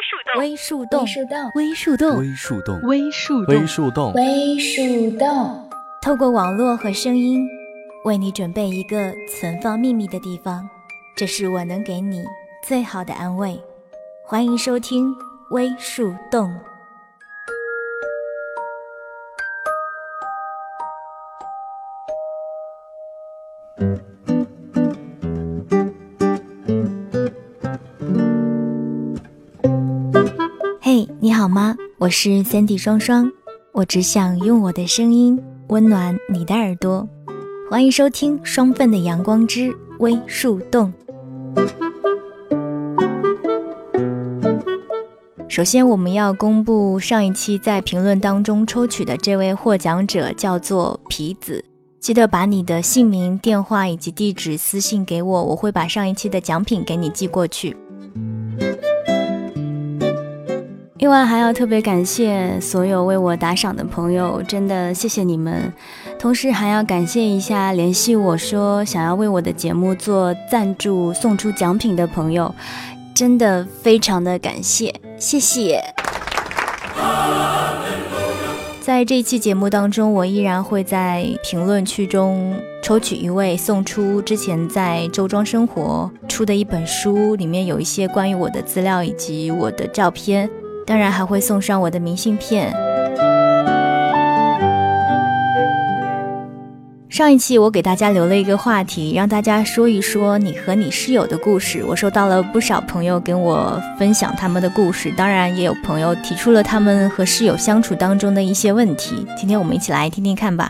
微树洞，透过网络和声音，为你准备一个存放秘密的地方，这是我能给你最好的安慰。欢迎收听微树洞。嘿，你好吗？我是Sandy双双，我只想用我的声音温暖你的耳朵。欢迎收听双份的阳光之微树洞。首先我们要公布上一期在评论当中抽取的这位获奖者，叫做皮子。记得把你的姓名、电话以及地址私信给我，我会把上一期的奖品给你寄过去。另外还要特别感谢所有为我打赏的朋友，真的谢谢你们。同时还要感谢一下联系我说想要为我的节目做赞助送出奖品的朋友，真的非常的感谢，谢谢。在这一期节目当中，我依然会在评论区中抽取一位，送出之前在周庄生活出的一本书，里面有一些关于我的资料以及我的照片，当然还会送上我的明信片。上一期我给大家留了一个话题，让大家说一说你和你室友的故事。我收到了不少朋友跟我分享他们的故事，当然也有朋友提出了他们和室友相处当中的一些问题。今天我们一起来听听看吧。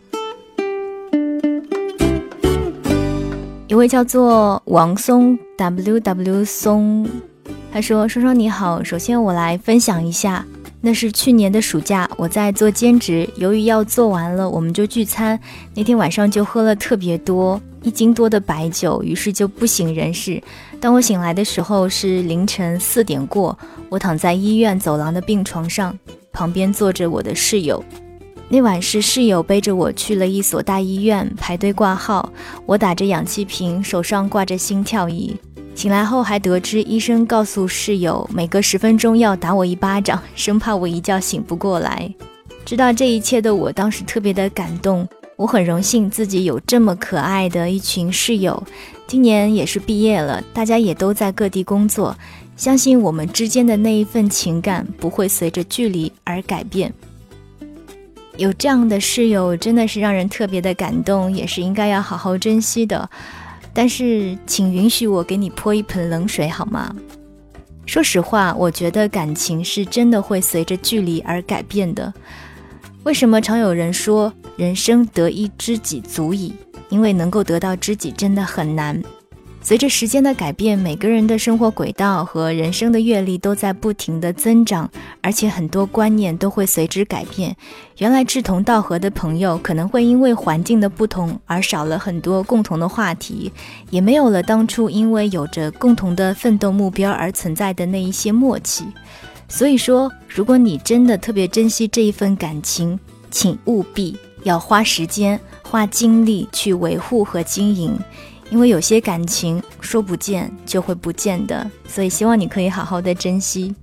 一位叫做王松 WW 松，他说：双双你好，首先我来分享一下，那是去年的暑假，我在做兼职，由于要做完了，我们就聚餐。那天晚上就喝了特别多，1斤多的白酒，于是就不省人事。当我醒来的时候是凌晨4点过，我躺在医院走廊的病床上，旁边坐着我的室友。那晚是室友背着我去了一所大医院排队挂号，我打着氧气瓶，手上挂着心跳仪。醒来后还得知医生告诉室友，每隔10分钟要打我1巴掌，生怕我一觉醒不过来。知道这一切的我当时特别的感动，我很荣幸自己有这么可爱的一群室友。今年也是毕业了，大家也都在各地工作，相信我们之间的那一份情感不会随着距离而改变。有这样的室友真的是让人特别的感动，也是应该要好好珍惜的。但是请允许我给你泼一盆冷水好吗？说实话，我觉得感情是真的会随着距离而改变的。为什么常有人说人生得一知己足矣？因为能够得到知己真的很难。随着时间的改变，每个人的生活轨道和人生的阅历都在不停的增长，而且很多观念都会随之改变。原来志同道合的朋友可能会因为环境的不同而少了很多共同的话题，也没有了当初因为有着共同的奋斗目标而存在的那一些默契。所以说，如果你真的特别珍惜这一份感情，请务必要花时间花精力去维护和经营，因为有些感情说不见就会不见的，所以希望你可以好好的珍惜。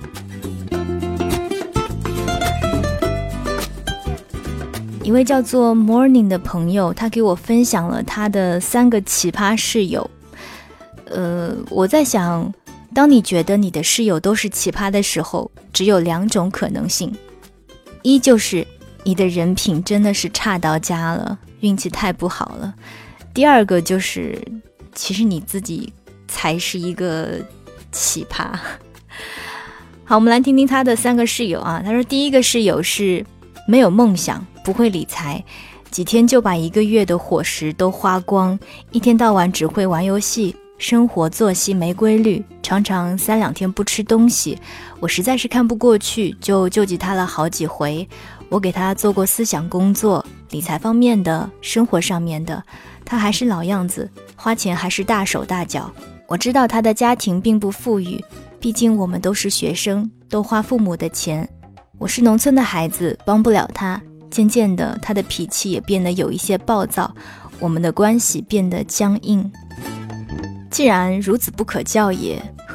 一位叫做 Morning 的朋友，他给我分享了他的3个奇葩室友。我在想，当你觉得你的室友都是奇葩的时候，只有2种可能性。一就是你的人品真的是差到家了，运气太不好了。第二个就是其实你自己才是一个奇葩。好，我们来听听他的3个室友啊。他说第一个室友是没有梦想，不会理财，几天就把1个月的伙食都花光，一天到晚只会玩游戏，生活作息没规律，常常3-2天不吃东西。我实在是看不过去，就救济他了好几回。我给他做过思想工作，理财方面的，生活上面的，他还是老样子，花钱还是大手大脚。我知道他的家庭并不富裕，毕竟我们都是学生，都花父母的钱。我是农村的孩子，帮不了他。渐渐的，他的脾气也变得有一些暴躁，我们的关系变得僵硬。既然孺子不可教也，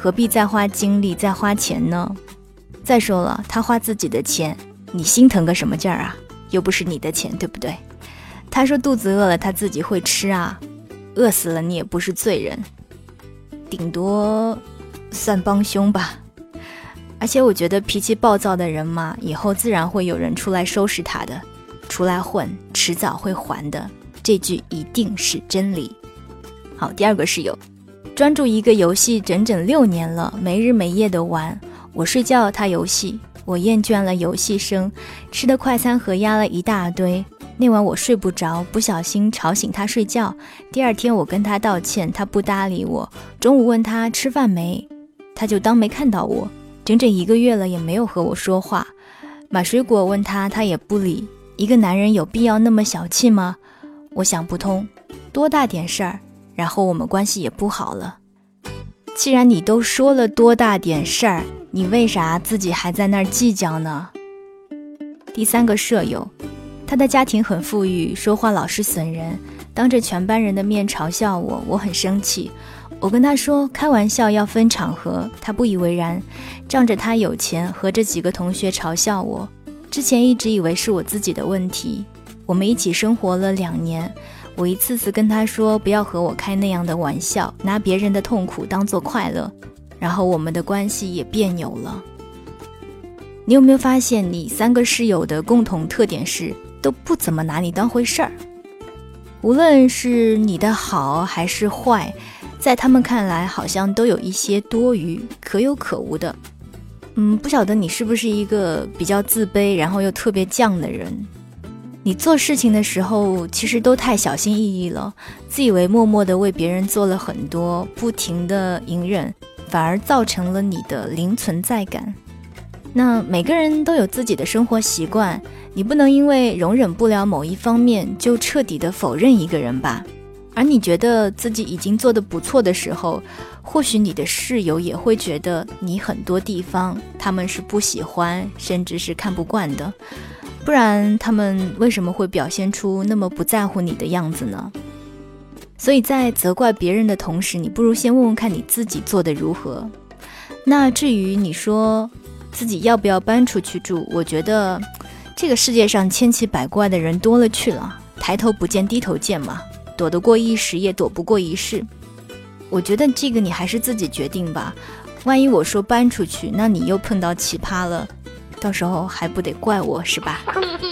何必再花精力再花钱呢？再说了，他花自己的钱，你心疼个什么劲儿啊？又不是你的钱，对不对？他说肚子饿了他自己会吃啊，饿死了你也不是罪人，顶多算帮凶吧。而且我觉得脾气暴躁的人嘛，以后自然会有人出来收拾他的，出来混迟早会还的，这句一定是真理。好，第二个室友，专注一个游戏整整6年了，没日没夜的玩，我睡觉他游戏，我厌倦了游戏声，吃的快餐盒压了一大堆。那晚我睡不着，不小心吵醒他睡觉，第二天我跟他道歉，他不搭理我，中午问他吃饭没，他就当没看到我，整整1个月了也没有和我说话。买水果问他，他也不理。一个男人有必要那么小气吗？我想不通，多大点事儿，然后我们关系也不好了。既然你都说了多大点事儿，你为啥自己还在那儿计较呢？第3个舍友，他的家庭很富裕，说话老是损人，当着全班人的面嘲笑我，我很生气。我跟他说开玩笑要分场合，他不以为然，仗着他有钱，和着几个同学嘲笑我。之前一直以为是我自己的问题，我们一起生活了2年，我一次次跟他说不要和我开那样的玩笑，拿别人的痛苦当作快乐，然后我们的关系也别扭了。你有没有发现你3个室友的共同特点是都不怎么拿你当回事儿？无论是你的好还是坏，在他们看来好像都有一些多余，可有可无的。不晓得你是不是一个比较自卑然后又特别犟的人。你做事情的时候其实都太小心翼翼了，自以为默默地为别人做了很多，不停地隐忍，反而造成了你的零存在感。那每个人都有自己的生活习惯，你不能因为容忍不了某一方面就彻底的否认一个人吧。而你觉得自己已经做得不错的时候，或许你的室友也会觉得你很多地方他们是不喜欢，甚至是看不惯的，不然他们为什么会表现出那么不在乎你的样子呢？所以在责怪别人的同时，你不如先问问看你自己做得如何。那至于你说自己要不要搬出去住，我觉得这个世界上千奇百怪的人多了去了，抬头不见低头见嘛，躲得过一时也躲不过一世。我觉得这个你还是自己决定吧，万一我说搬出去，那你又碰到奇葩了，到时候还不得怪我是吧？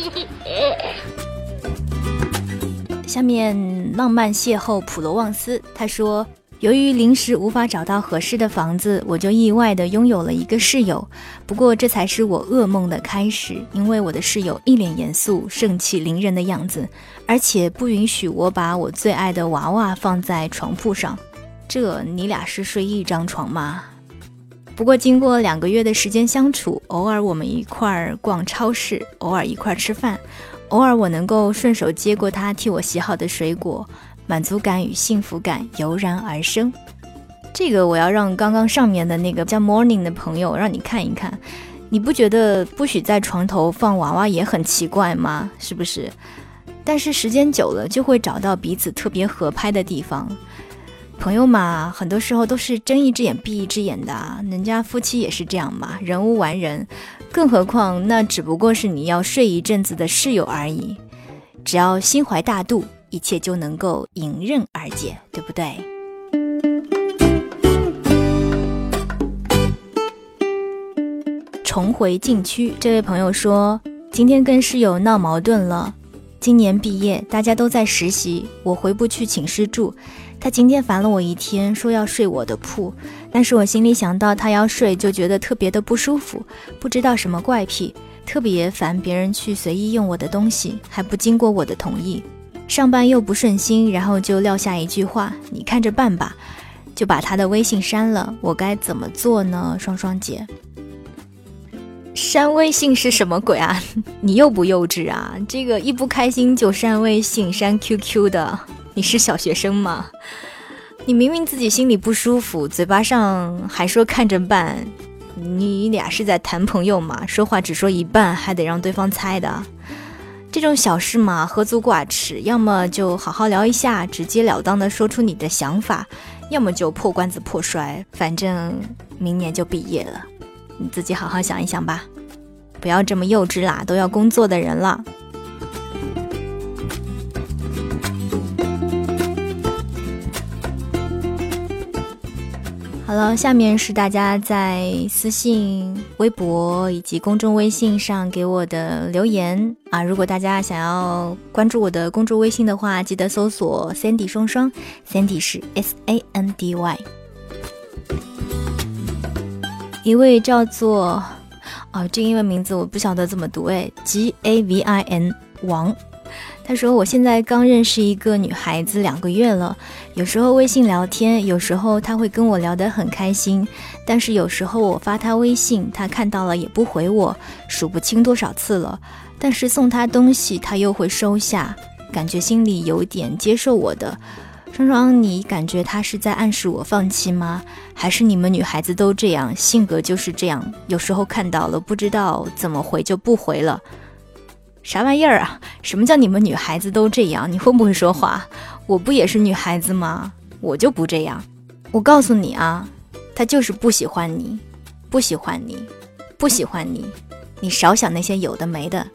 下面浪漫邂逅普罗旺斯，他说由于临时无法找到合适的房子，我就意外地拥有了一个室友。不过这才是我噩梦的开始，因为我的室友一脸严肃、盛气凌人的样子，而且不允许我把我最爱的娃娃放在床铺上。这你俩是睡一张床吗？不过经过2个月的时间相处，偶尔我们一块儿逛超市，偶尔一块儿吃饭，偶尔我能够顺手接过他替我洗好的水果，满足感与幸福感油然而生。这个我要让刚刚上面的那个叫 Morning 的朋友让你看一看，你不觉得不许在床头放娃娃也很奇怪吗？是不是？但是时间久了就会找到彼此特别合拍的地方。朋友嘛，很多时候都是睁一只眼闭一只眼的啊，人家夫妻也是这样嘛，人无完人，更何况那只不过是你要睡一阵子的室友而已。只要心怀大度，一切就能够迎刃而解，对不对？重回禁区，这位朋友说，今天跟室友闹矛盾了。今年毕业，大家都在实习，我回不去寝室住。他今天烦了我1天，说要睡我的铺，但是我心里想到他要睡，就觉得特别的不舒服，不知道什么怪癖，特别烦别人去随意用我的东西，还不经过我的同意。上班又不顺心，然后就撂下一句话，你看着办吧，就把他的微信删了。我该怎么做呢？双双姐，删微信是什么鬼啊？你幼不幼稚啊？这个一不开心就删微信删 QQ 的，你是小学生吗？你明明自己心里不舒服，嘴巴上还说看着办，你俩是在谈朋友嘛？说话只说一半，还得让对方猜的。这种小事嘛，何足挂齿，要么就好好聊一下，直截了当的说出你的想法， 要么就破罐子破摔，反正明年就毕业了，你自己好好想一想吧，不要这么幼稚啦，都要工作的人了。好了，下面是大家在私信、微博以及公众微信上给我的留言啊！如果大家想要关注我的公众微信的话，记得搜索 Sandy 双双 ，Sandy 是 SANDY。一位叫做这个英文名字我不晓得怎么读GAVIN 王。他说我现在刚认识一个女孩子2个月了，有时候微信聊天，有时候她会跟我聊得很开心，但是有时候我发她微信，她看到了也不回我，数不清多少次了，但是送她东西她又会收下，感觉心里有点接受我的。双双，你感觉她是在暗示我放弃吗？还是你们女孩子都这样，性格就是这样，有时候看到了不知道怎么回就不回了？啥玩意儿啊？什么叫你们女孩子都这样？你会不会说话？我不也是女孩子吗？我就不这样。我告诉你啊，他就是不喜欢你，不喜欢你，不喜欢你，你少想那些有的没的。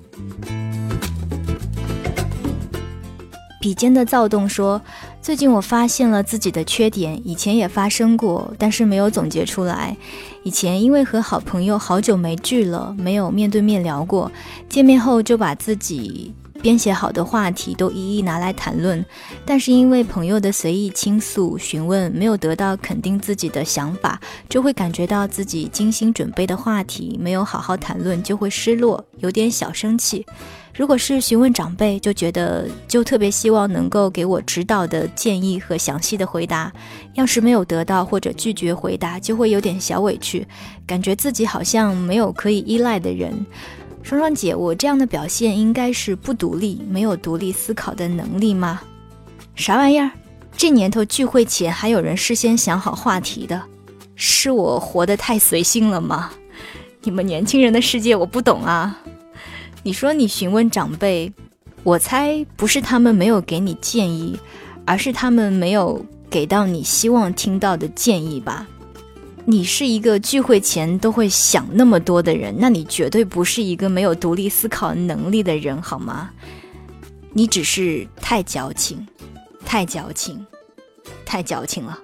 笔尖的躁动说，最近我发现了自己的缺点，以前也发生过，但是没有总结出来。以前因为和好朋友好久没聚了，没有面对面聊过，见面后就把自己编写好的话题都一一拿来谈论，但是因为朋友的随意倾诉询问，没有得到肯定自己的想法，就会感觉到自己精心准备的话题没有好好谈论，就会失落，有点小生气。如果是询问长辈，就特别希望能够给我指导的建议和详细的回答，要是没有得到或者拒绝回答，就会有点小委屈，感觉自己好像没有可以依赖的人。双双姐，我这样的表现应该是不独立，没有独立思考的能力吗？啥玩意儿？这年头聚会前还有人事先想好话题的，是我活得太随性了吗？你们年轻人的世界我不懂啊。你说你询问长辈，我猜不是他们没有给你建议，而是他们没有给到你希望听到的建议吧。你是一个聚会前都会想那么多的人，那你绝对不是一个没有独立思考能力的人，好吗？你只是太矫情，太矫情，太矫情了。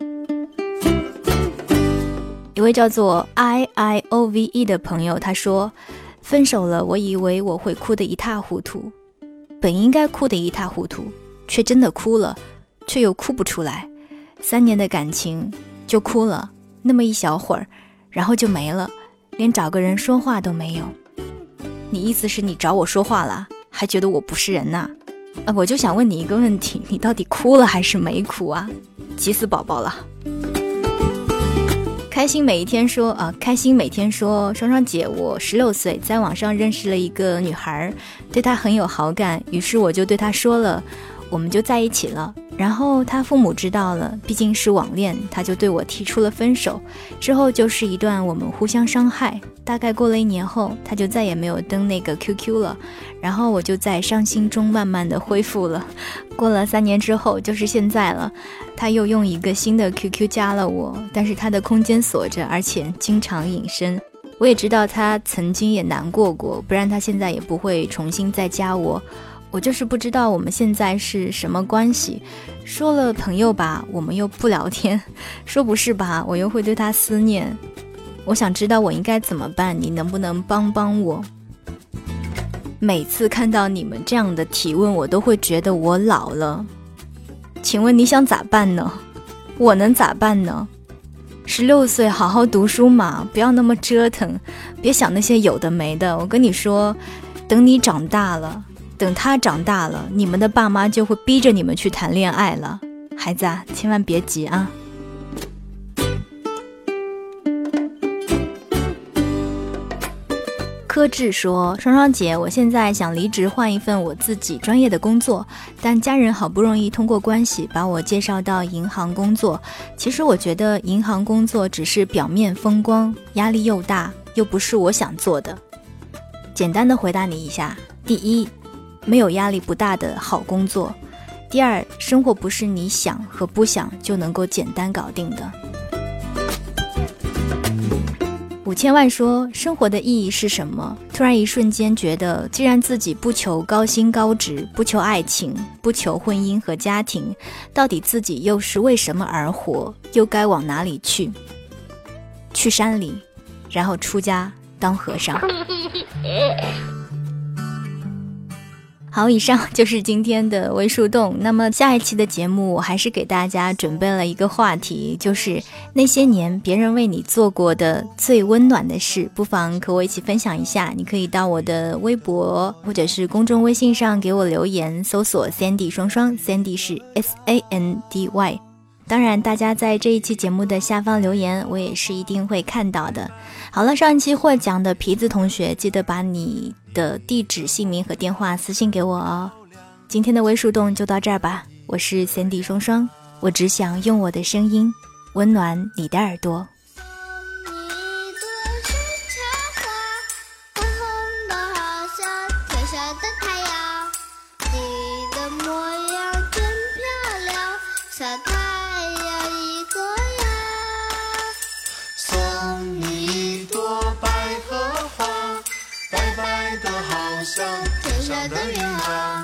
一位叫做 IIOVE 的朋友他说，分手了，我以为我会哭得一塌糊涂，本应该哭得一塌糊涂，却真的哭了，却又哭不出来。3年的感情就哭了那么一小会儿，然后就没了，连找个人说话都没有。你意思是你找我说话了，还觉得我不是人呐？我就想问你一个问题，你到底哭了还是没哭啊？急死宝宝了。开心每天说，双双姐，我16岁，在网上认识了一个女孩，对她很有好感，于是我就对她说了，我们就在一起了。然后她父母知道了，毕竟是网恋，她就对我提出了分手。之后就是一段我们互相伤害，大概过了1年后，她就再也没有登那个 QQ 了，然后我就在伤心中慢慢的恢复了。过了3年之后，就是现在了，她又用一个新的 QQ 加了我，但是她的空间锁着，而且经常隐身。我也知道她曾经也难过过，不然她现在也不会重新再加我。我就是不知道我们现在是什么关系，说了朋友吧，我们又不聊天，说不是吧，我又会对他思念。我想知道我应该怎么办，你能不能帮帮我？每次看到你们这样的提问，我都会觉得我老了。请问你想咋办呢？我能咋办呢？16岁好好读书嘛，不要那么折腾，别想那些有的没的。我跟你说，等你长大了，等他长大了，你们的爸妈就会逼着你们去谈恋爱了。孩子啊，千万别急啊。柯志说，双双姐，我现在想离职换一份我自己专业的工作，但家人好不容易通过关系把我介绍到银行工作。其实我觉得银行工作只是表面风光，压力又大，又不是我想做的。简单的回答你一下，第一，没有压力不大的好工作。 第二，生活不是你想和不想就能够简单搞定的。5000万说生活的意义是什么？突然一瞬间觉得，既然自己不求高薪高职，不求爱情，不求婚姻和家庭，到底自己又是为什么而活？又该往哪里去？去山里，然后出家当和尚。好，以上就是今天的微树洞。那么下一期的节目，我还是给大家准备了一个话题，就是那些年别人为你做过的最温暖的事，不妨和我一起分享一下。你可以到我的微博或者是公众微信上给我留言，搜索 Sandy 双双， Sandy 是 SANDY。当然大家在这一期节目的下方留言，我也是一定会看到的。好了，上一期获奖的皮子同学，记得把你的地址、姓名和电话私信给我哦。今天的微树洞就到这儿吧，我是 Sandy 双双，我只想用我的声音温暖你的耳朵。 天上的云啊。